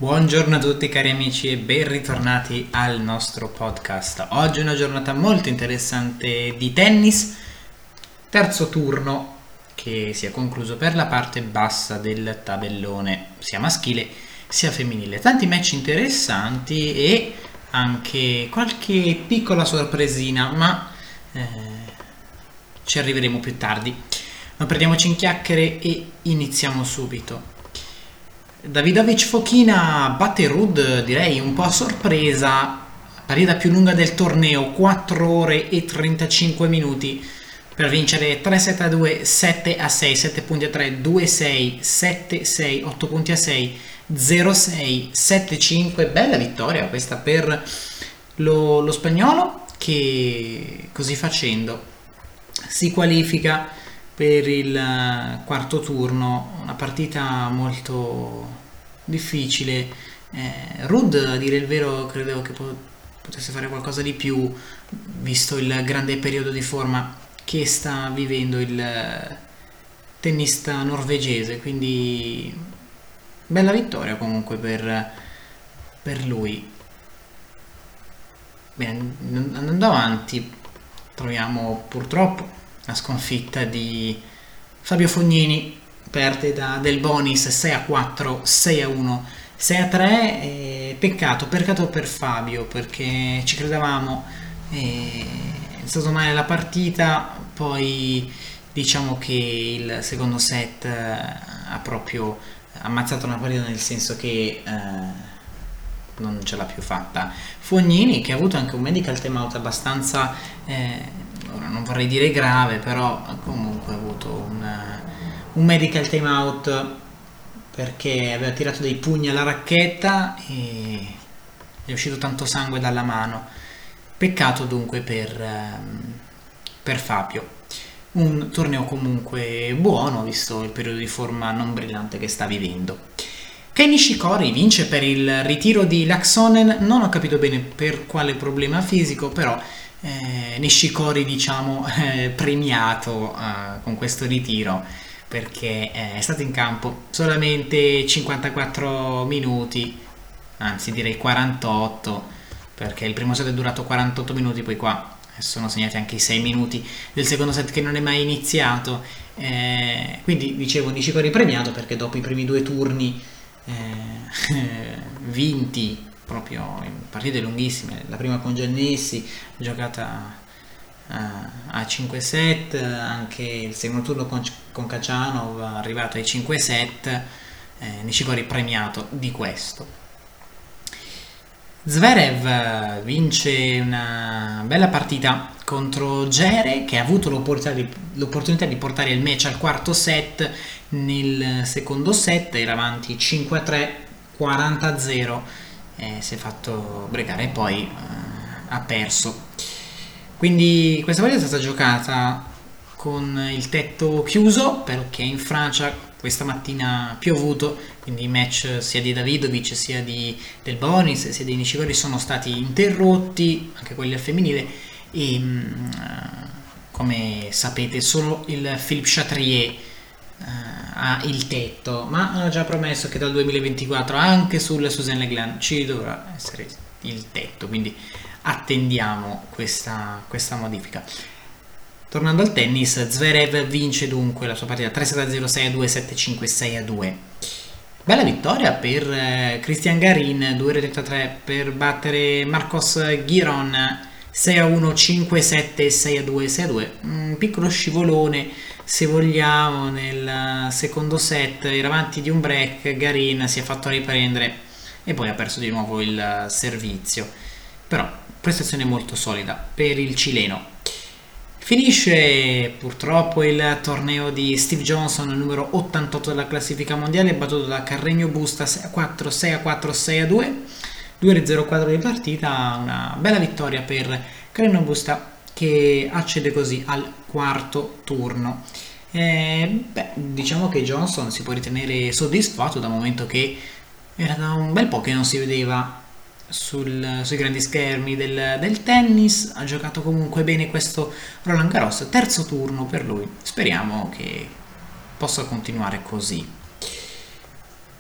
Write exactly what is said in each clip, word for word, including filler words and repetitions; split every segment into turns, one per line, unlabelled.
Buongiorno a tutti cari amici e ben ritornati al nostro podcast. Oggi è una giornata molto interessante di tennis, terzo turno che si è concluso per la parte bassa del tabellone, sia maschile sia femminile. Tanti match interessanti e anche qualche piccola sorpresina, ma eh, ci arriveremo più tardi. Non perdiamoci in chiacchiere e iniziamo subito. Davidovich Fokina batte Ruud, direi un po' a sorpresa, partita più lunga del torneo, quattro ore e trentacinque minuti per vincere tre sette a due, sette a sei, sette punti a tre, due a sei, sette a sei, otto punti a sei, zero a sei, sette a cinque. Bella vittoria questa per lo, lo spagnolo, che così facendo si qualifica per il quarto turno. Una partita molto difficile. eh, Ruud, a dire il vero, credevo che potesse fare qualcosa di più visto il grande periodo di forma che sta vivendo il tennista norvegese, quindi bella vittoria comunque per, per lui. Bene, andando avanti troviamo purtroppo la sconfitta di Fabio Fognini, perde da Delbonis sei a quattro, sei a uno, sei a tre. eh, peccato, peccato per Fabio, perché ci credevamo, eh, è stato male la partita, poi diciamo che il secondo set eh, ha proprio ammazzato una partita, nel senso che eh, non ce l'ha più fatta. Fognini, che ha avuto anche un medical timeout abbastanza eh, non vorrei dire grave, però comunque ha avuto un, un medical timeout perché aveva tirato dei pugni alla racchetta e gli è uscito tanto sangue dalla mano. Peccato dunque per, per Fabio. Un torneo comunque buono, visto il periodo di forma non brillante che sta vivendo. Kei Nishikori vince per il ritiro di Laaksonen, non ho capito bene per quale problema fisico, però Eh, Nishikori diciamo eh, premiato eh, con questo ritiro, perché eh, è stato in campo solamente cinquantaquattro minuti, anzi direi quarantotto, perché il primo set è durato quarantotto minuti, poi qua sono segnati anche i sei minuti del secondo set che non è mai iniziato, eh, quindi dicevo Nishikori premiato perché dopo i primi due turni eh, vinti proprio in partite lunghissime, la prima con Giannessi giocata a, a cinque set, anche il secondo turno con, con Khachanov arrivato ai cinque set, eh, Nishikori premiato di questo. Zverev vince una bella partita contro Djere, che ha avuto l'opportunità di, l'opportunità di portare il match al quarto set. Nel secondo set era avanti cinque a tre, quaranta a zero, Eh, si è fatto bregare e poi eh, ha perso. Quindi questa partita è stata giocata con il tetto chiuso, perché in Francia questa mattina ha piovuto, quindi i match sia di Davidovich sia di Delbonis sia di Nishikori sono stati interrotti, anche quelli al femminile, e mh, come sapete solo il Philippe Chatrier ha il tetto, ma hanno già promesso che dal duemilaventiquattro anche sulla Suzanne Lenglen ci dovrà essere il tetto, quindi attendiamo questa, questa modifica. Tornando al tennis, Zverev vince dunque la sua partita tre sette a zero, sei a due, sette a cinque, sei a due. Bella vittoria per eh, Cristian Garin, due ore e trentatré per battere Marcos Giron, sei a uno, cinque a sette, sei a due, sei a due. Un piccolo scivolone, se vogliamo, nel secondo set, era avanti di un break, Garin si è fatto riprendere e poi ha perso di nuovo il servizio, però prestazione molto solida per il cileno. Finisce purtroppo il torneo di Steve Johnson, numero ottantotto della classifica mondiale, battuto da Carreño Busta sei a quattro, sei a quattro, sei a due, due ore e zero quattro di partita. Una bella vittoria per Carreño Busta, che accede così al quarto turno. Eh, beh, diciamo che Johnson si può ritenere soddisfatto, dal momento che era da un bel po' che non si vedeva sul, sui grandi schermi del, del tennis. Ha giocato comunque bene questo Roland Garros, terzo turno per lui, speriamo che possa continuare così.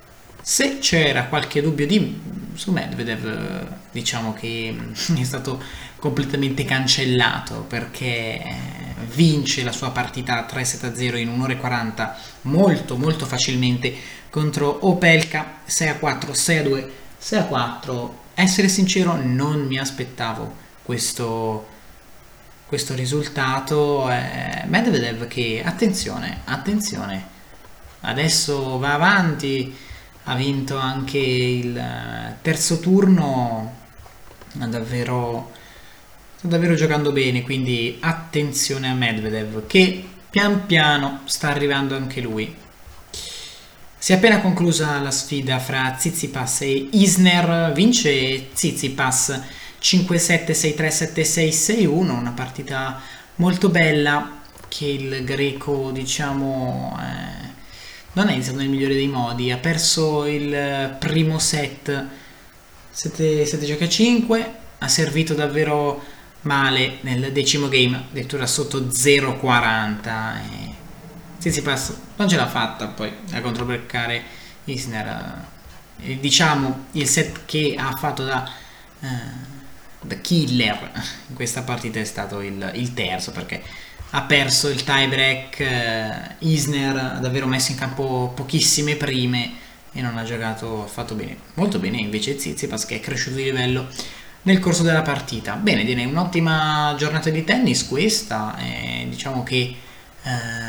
Se c'era qualche dubbio di, su Medvedev, diciamo che è stato completamente cancellato, perché vince la sua partita tre sette a zero in un'ora e quaranta molto molto facilmente contro Opelka, sei a quattro, sei a due, sei a quattro. Essere sincero, non mi aspettavo questo, questo risultato. eh, Medvedev che, attenzione, attenzione, adesso va avanti, ha vinto anche il terzo turno, ha davvero, sta davvero giocando bene, quindi attenzione a Medvedev che pian piano sta arrivando anche lui. Si è appena conclusa la sfida fra Tsitsipas e Isner, vince Tsitsipas cinque sette, sei tre, sette sei, sei uno, una partita molto bella che il greco, diciamo, eh, non è iniziato nel migliore dei modi, ha perso il primo set sette, sette giochi a cinque, ha servito davvero male nel decimo game, addirittura sotto zero quaranta, e Tsitsipas non ce l'ha fatta poi a controbeccare Isner. E diciamo il set che ha fatto da, eh, da killer in questa partita è stato il, il terzo, perché ha perso il tie break. eh, Isner ha davvero messo in campo pochissime prime e non ha giocato affatto bene, molto bene invece Tsitsipas, che è cresciuto di livello nel corso della partita. Bene, direi un'ottima giornata di tennis questa, e diciamo che eh,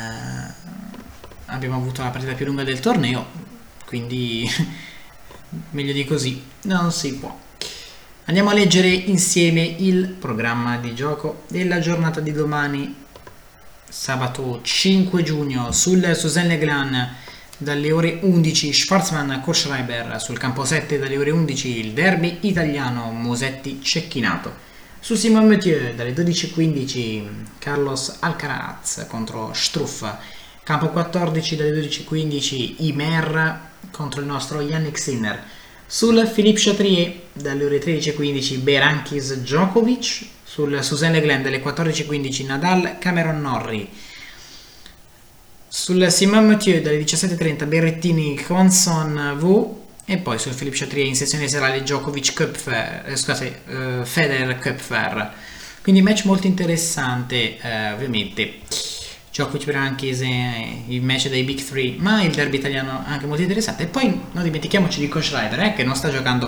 abbiamo avuto la partita più lunga del torneo, quindi meglio di così non si può. Andiamo a leggere insieme il programma di gioco della giornata di domani, sabato cinque giugno. Sul Suzanne-Glan dalle ore undici Schwarzman Kohlschreiber, sul campo sette dalle ore undici il derby italiano Musetti-Cecchinato. Su Simon Mathieu dalle dodici e quindici Carlos Alcaraz contro Struff, campo quattordici dalle dodici e quindici Imer contro il nostro Yannick Sinner. Sul Philippe Chatrier dalle ore tredici e quindici Berankis Djokovic, sul Suzanne-Glan dalle quattordici e quindici Nadal Cameron Norrie. Sul Simon Mathieu dalle diciassette e trenta Berrettini Conson Wu, e poi sul Philippe Chatrier in sessione serale Djokovic Köpfer, eh, scusate, uh, Federer Köpfer. Quindi match molto interessante, eh, ovviamente. Djokovic Berankis, eh, il match dei Big Three, ma il derby italiano anche molto interessante. E poi non dimentichiamoci di Kohlschreiber, eh, che non sta giocando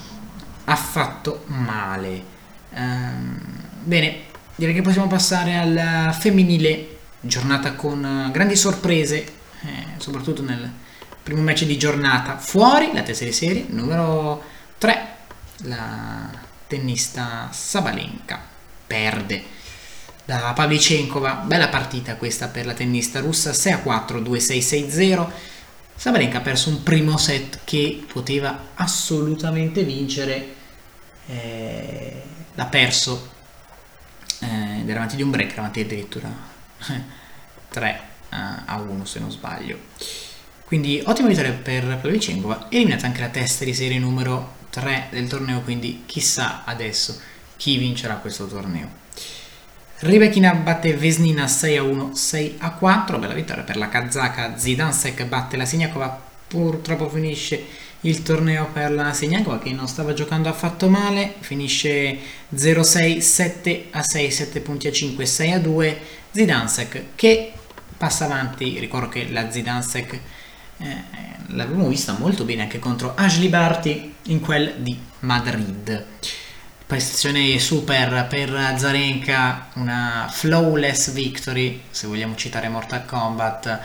affatto male. Um, bene, direi che possiamo passare al femminile. Giornata con grandi sorprese, eh, soprattutto nel primo match di giornata. Fuori la testa di serie numero tre, la tennista Sabalenka perde da Pavlyuchenkova. Bella partita questa per la tennista russa, sei a quattro, due sei, sei zero. Sabalenka ha perso un primo set che poteva assolutamente vincere, eh, l'ha perso, eh, ed era avanti di un break, era avanti addirittura tre a uno se non sbaglio. Quindi ottima vittoria per Pavlyuchenkova, eliminata anche la testa di serie numero tre del torneo, quindi chissà adesso chi vincerà questo torneo. Rybakina batte Vesnina sei a uno, sei a quattro, bella vittoria per la kazaka. Zidansek batte la Siniakova, purtroppo finisce il torneo per la Siniakova, che non stava giocando affatto male, finisce zero sei, sette a sei, sette punti a cinque, sei a due. Zidansek che passa avanti, ricordo che la Zidansek eh, l'abbiamo vista molto bene anche contro Ashley Barty in quel di Madrid. Prestazione super per Azarenka, una flawless victory, se vogliamo citare Mortal Kombat.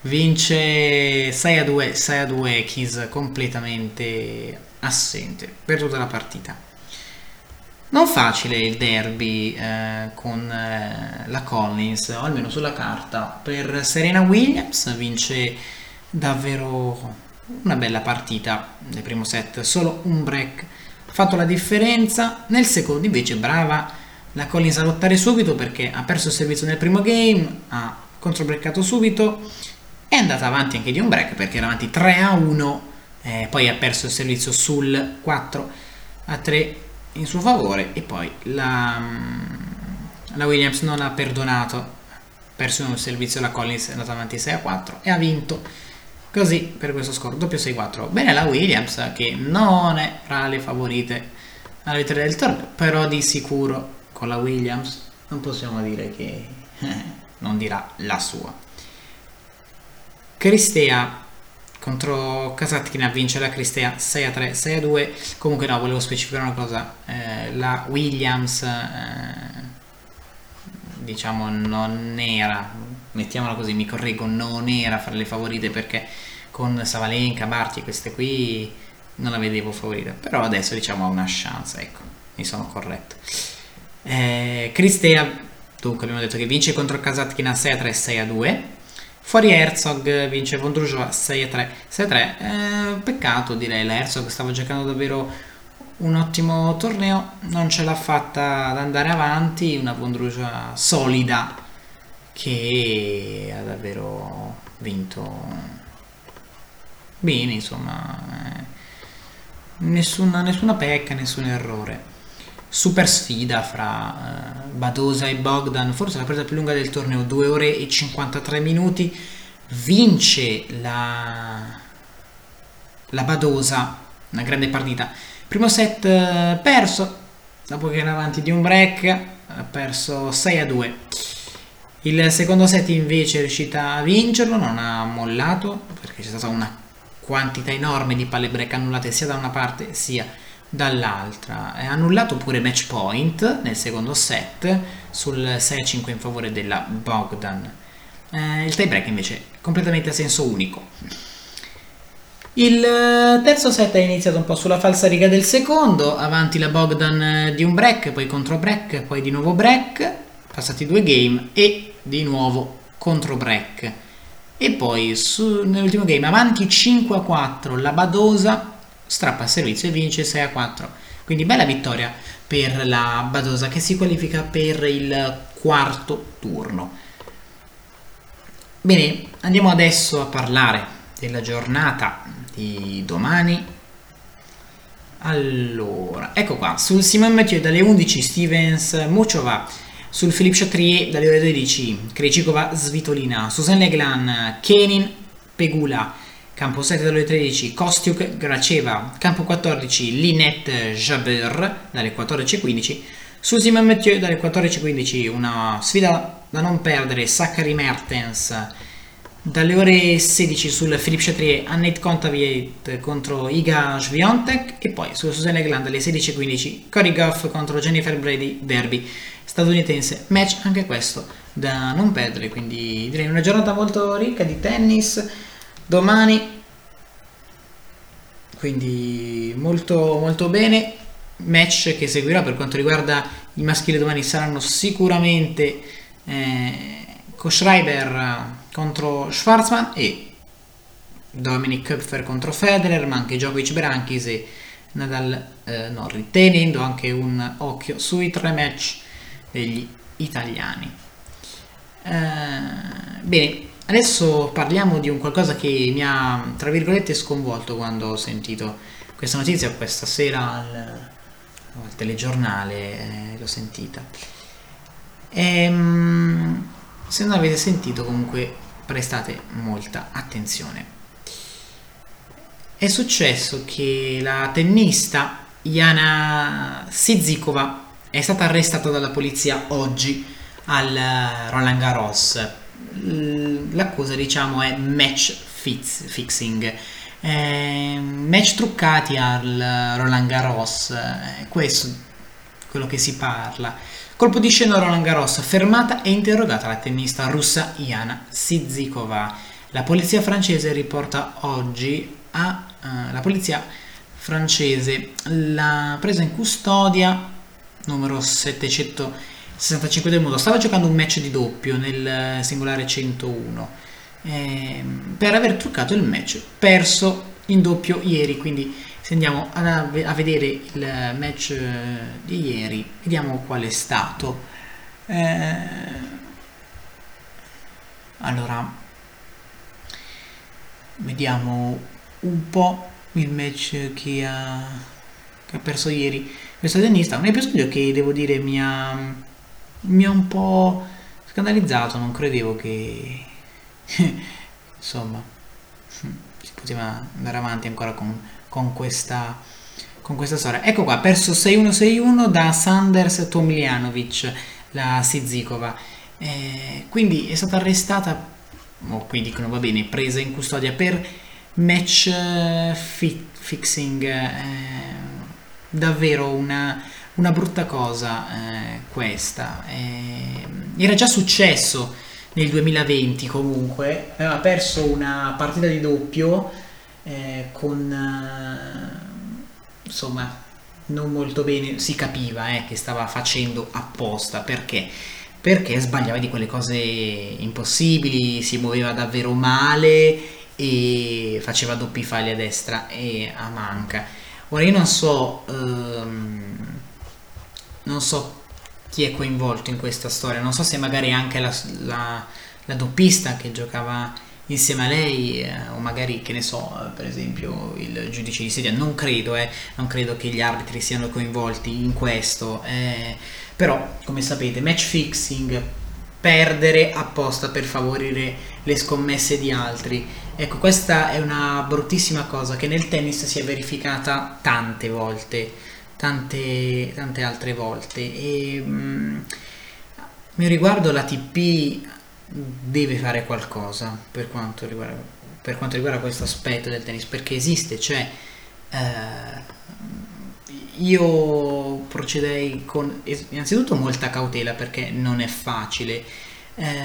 Vince sei a due, sei a due, Keys completamente assente per tutta la partita. Non facile il derby eh, con eh, la Collins, o almeno sulla carta, per Serena Williams. Vince davvero una bella partita nel primo set, solo un break ha fatto la differenza. Nel secondo invece brava la Collins a lottare subito, perché ha perso il servizio nel primo game, ha controbreccato subito, è andata avanti anche di un break perché era avanti tre a uno, eh, poi ha perso il servizio sul quattro a tre in suo favore, e poi la, la Williams non ha perdonato, ha perso un servizio la Collins, è andata avanti sei a quattro e ha vinto Così per questo score doppio sei quattro. Bene la Williams, che non è tra le favorite alla vittoria del torneo, però di sicuro con la Williams non possiamo dire che eh, non dirà la sua. Cristea contro Kasatkina, vince la Cristea sei a tre, sei a due. Comunque no, volevo specificare una cosa, eh, la Williams eh, diciamo non era, mettiamola così, mi correggo, non era fra le favorite, perché con Sabalenka, Barty, queste qui non la vedevo favorita, però adesso diciamo ha una chance, ecco, mi sono corretto. eh, Cristea, dunque abbiamo detto che vince contro Kasatkina sei a tre, sei a due. Fuori Herzog vince Vondrousova sei a tre, sei a tre. Eh, peccato, direi, la Herzog stava giocando davvero un ottimo torneo, non ce l'ha fatta ad andare avanti, una Vondrousova solida che ha davvero vinto bene, insomma, eh, nessuna, nessuna pecca, nessun errore. Super sfida fra uh, Badosa e Bogdan, forse la presa più lunga del torneo, due ore e cinquantatré minuti. Vince la, la Badosa, una grande partita. Primo set uh, perso, dopo che era avanti di un break, ha perso sei a due. Il secondo set invece è riuscita a vincerlo, non ha mollato, perché c'è stata una quantità enorme di palle break annullate sia da una parte sia dall'altra. È annullato pure match point nel secondo set sul sei a cinque in favore della Bogdan. Eh, il tie break invece completamente a senso unico. Il terzo set è iniziato un po' sulla falsariga del secondo, avanti la Bogdan di un break, poi contro break, poi di nuovo break, passati due game e di nuovo contro break. E poi su, nell'ultimo game avanti cinque a quattro la Badosa strappa il servizio e vince sei a quattro. Quindi bella vittoria per la Badosa, che si qualifica per il quarto turno. Bene, andiamo adesso a parlare della giornata di domani. Allora, ecco qua, sul Simone Mathieu dalle undici Stevens Muchova, sul Philippe Chatrier dalle ore dodici Krejcikova Svitolina, Suzanne Leglan, Kenin Pegula, campo sette dalle tredici Kostiuk Graceva, campo quattordici Linette Jabeur dalle quattordici e quindici. Su Simone Mathieu dalle quattordici e quindici una sfida da non perdere, Zachary Mertens. Dalle ore sedici sul Philippe Chatrier Annette Kontaveit contro Iga Swiatek, e poi su Suzanne Legland alle sedici e quindici Cory Gauff contro Jennifer Brady, derby statunitense, match anche questo da non perdere. Quindi direi una giornata molto ricca di tennis domani, quindi molto molto bene. Match che seguirà per quanto riguarda il maschile domani saranno sicuramente eh, Kohlschreiber contro Schwartzman e Dominic Köpfer contro Federer, ma anche Djokovic Berankis e Nadal eh, Norri, tenendo anche un occhio sui tre match degli italiani. Eh, bene, adesso parliamo di un qualcosa che mi ha, tra virgolette, sconvolto quando ho sentito questa notizia questa sera al, al telegiornale, eh, l'ho sentita. Ehm, se non avete sentito, comunque prestate molta attenzione. È successo che la tennista Jana Sidzikova è stata arrestata dalla polizia oggi al Roland Garros. L'accusa, diciamo, è match fix, fixing, eh, match truccati al Roland Garros, eh, questo è quello che si parla. Colpo di scena a Roland Garros, fermata e interrogata la tennista russa Jana Sidzikova. La polizia francese riporta oggi a uh, la polizia francese l'ha presa in custodia, numero settecentosessantacinque del mondo. Stava giocando un match di doppio nel singolare centouno eh, per aver truccato il match perso in doppio ieri. Quindi se andiamo a, a vedere il match di ieri, vediamo qual è stato. Eh, allora, vediamo un po' il match che ha, che ha perso ieri questo tennista. Un episodio che devo dire mi ha, mi ha un po' scandalizzato. Non credevo che insomma si poteva andare avanti ancora con, con questa con questa storia. Ecco qua, perso sei uno sei uno da Sanders Tomljanovic, la Sizikova. Eh, quindi è stata arrestata, o qui dicono va bene, presa in custodia per match eh, fi- fixing. Eh, davvero una, una brutta cosa eh, questa. Eh, era già successo nel duemilaventi comunque, aveva perso una partita di doppio eh, con eh, insomma non molto bene, si capiva eh, che stava facendo apposta, perché perché sbagliava di quelle cose impossibili, si muoveva davvero male e faceva doppi falli a destra e a manca. Ora io non so ehm, non so chi è coinvolto in questa storia, non so se magari anche la, la, la doppista che giocava insieme a lei eh, o magari che ne so eh, per esempio il giudice di sedia, non credo eh, non credo che gli arbitri siano coinvolti in questo eh, però come sapete match fixing, perdere apposta per favorire le scommesse di altri, ecco questa è una bruttissima cosa che nel tennis si è verificata tante volte, tante, tante altre volte e mh, mi riguardo la T P deve fare qualcosa per quanto riguarda, per quanto riguarda questo aspetto del tennis, perché esiste, cioè eh, io procederei con innanzitutto molta cautela perché non è facile, eh,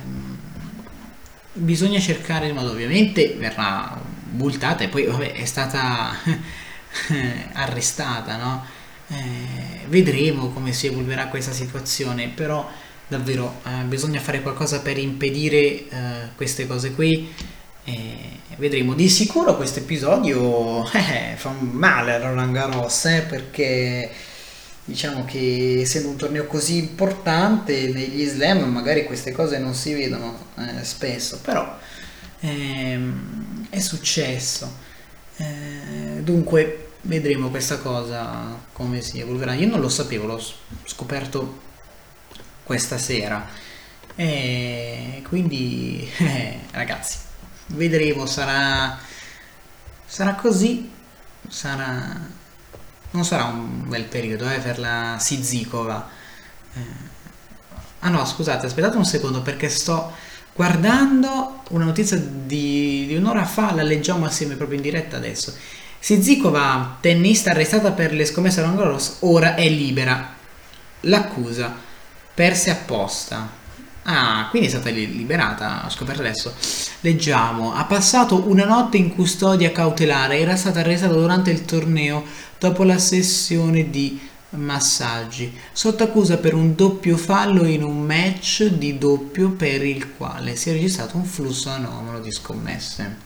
bisogna cercare in modo, ovviamente verrà multata e poi vabbè, è stata arrestata, no? Eh, vedremo come si evolverà questa situazione, però davvero eh, bisogna fare qualcosa per impedire eh, queste cose qui. Eh, vedremo. Di sicuro questo episodio eh, fa male a Roland Garros eh, perché diciamo che essendo un torneo così importante negli slam magari queste cose non si vedono eh, spesso, però ehm, è successo. Eh, dunque vedremo questa cosa come si evolverà. Io non lo sapevo, l'ho scoperto questa sera e quindi eh, ragazzi vedremo, sarà sarà così, sarà non sarà un bel periodo eh, per la Sizikova eh. Ah no, scusate, aspettate un secondo perché sto guardando una notizia di, di un'ora fa, la leggiamo assieme proprio in diretta adesso. Sizikova, tennista arrestata per le scommesse a Roland Garros, ora è libera. L'accusa: perse apposta. Ah, quindi è stata liberata, ho scoperto adesso. Leggiamo: ha passato una notte in custodia cautelare, era stata arrestata durante il torneo dopo la sessione di massaggi, sotto accusa per un doppio fallo in un match di doppio per il quale si è registrato un flusso anomalo di scommesse.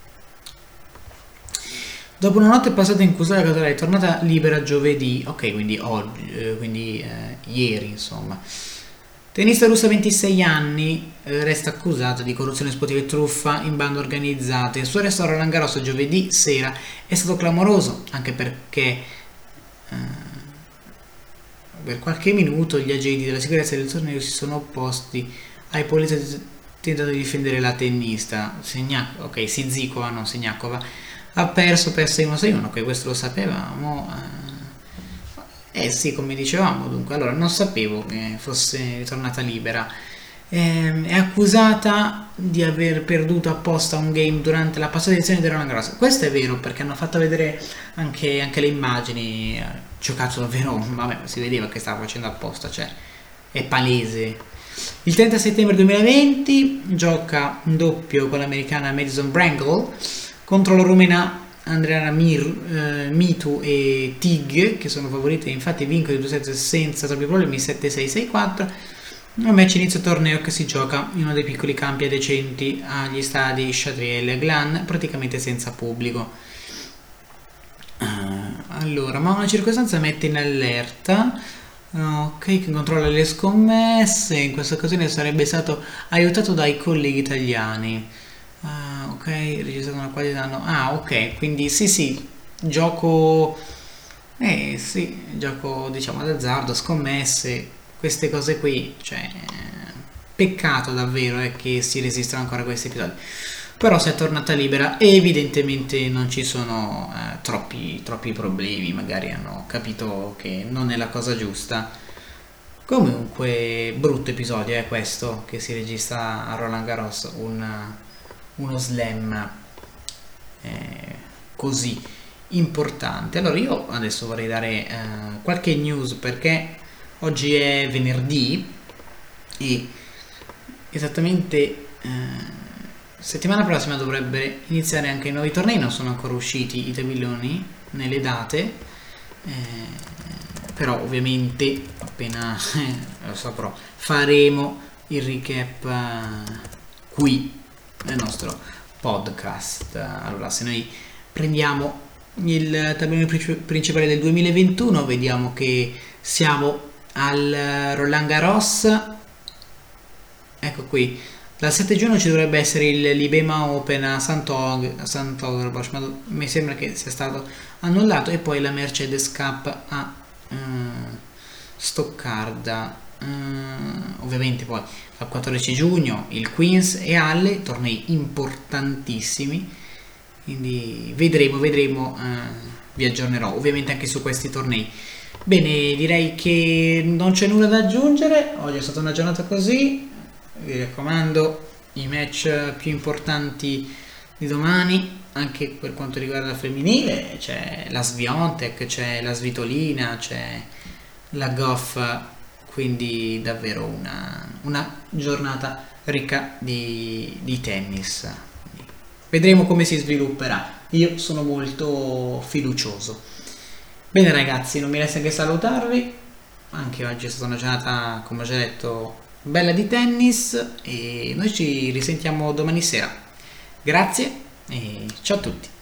Dopo una notte passata in custodia cautelare è tornata libera giovedì, ok, quindi oggi, eh, quindi eh, ieri insomma. Tennista russa ventisei anni, eh, resta accusato di corruzione sportiva e truffa in bande organizzate. Il suo arresto a Roland Garros giovedì sera è stato clamoroso, anche perché eh, per qualche minuto gli agenti della sicurezza del torneo si sono opposti ai poliziotti tentando di difendere la tennista. Segnac- ok, Sizikova, non Seniakova, ha perso per sei uno sei uno, ok, questo lo sapevamo. Eh sì, come dicevamo, dunque, allora non sapevo che fosse ritornata libera. Eh, è accusata di aver perduto apposta un game durante la passata edizione di Roland Garros. Questo è vero perché hanno fatto vedere anche, anche le immagini. Ha giocato davvero, vabbè, si vedeva che stava facendo apposta, cioè è palese. Il trenta settembre duemilaventi gioca un doppio con l'americana Madison Brangle contro la rumena Andreana Mir, eh, Mitu e Tig, che sono favorite, infatti vincono i due set senza troppi problemi, sette sei sei quattro. Un match inizio torneo che si gioca in uno dei piccoli campi adiacenti agli stadi Chatriel e Glan, praticamente senza pubblico. Uh, allora, ma una circostanza mette in allerta, ok, che controlla le scommesse, in questa occasione sarebbe stato aiutato dai colleghi italiani. Ah, ok, registrato una qualità danno. Ah, ok, quindi sì, sì, gioco. Eh sì, gioco diciamo d'azzardo, scommesse, queste cose qui. Cioè, peccato davvero eh, che si resistano ancora questi episodi. però si è tornata libera e evidentemente non ci sono eh, troppi, troppi problemi, magari hanno capito che non è la cosa giusta. Comunque brutto episodio è questo che si registra a Roland Garros, un, uno slam eh, così importante. Allora io adesso vorrei dare eh, qualche news, perché oggi è venerdì e esattamente eh, settimana prossima dovrebbe iniziare anche i nuovi tornei, non sono ancora usciti i tabelloni nelle date, eh, però ovviamente appena eh, lo saprò faremo il recap eh, qui nel nostro podcast. Allora, se noi prendiamo il tabellone principale del duemilaventuno, vediamo che siamo al Roland Garros, ecco qui, dal sette giugno ci dovrebbe essere il Libema Open a Sant'Orbosch, ma mi sembra che sia stato annullato, e poi la Mercedes Cup a uh, Stoccarda. Uh, ovviamente poi al quattordici giugno il Queens e Halle, tornei importantissimi, quindi vedremo, vedremo, uh, vi aggiornerò ovviamente anche su questi tornei. Bene, direi che non c'è nulla da aggiungere, oggi è stata una giornata così, vi raccomando i match più importanti di domani, anche per quanto riguarda la femminile, c'è la Swiatek, c'è la Svitolina, c'è la Goff, quindi davvero una, una giornata ricca di, di tennis. Vedremo come si svilupperà, io sono molto fiducioso. Bene ragazzi, non mi resta che salutarvi, anche oggi è stata una giornata, come ho già detto, bella di tennis, e noi ci risentiamo domani sera. Grazie e ciao a tutti.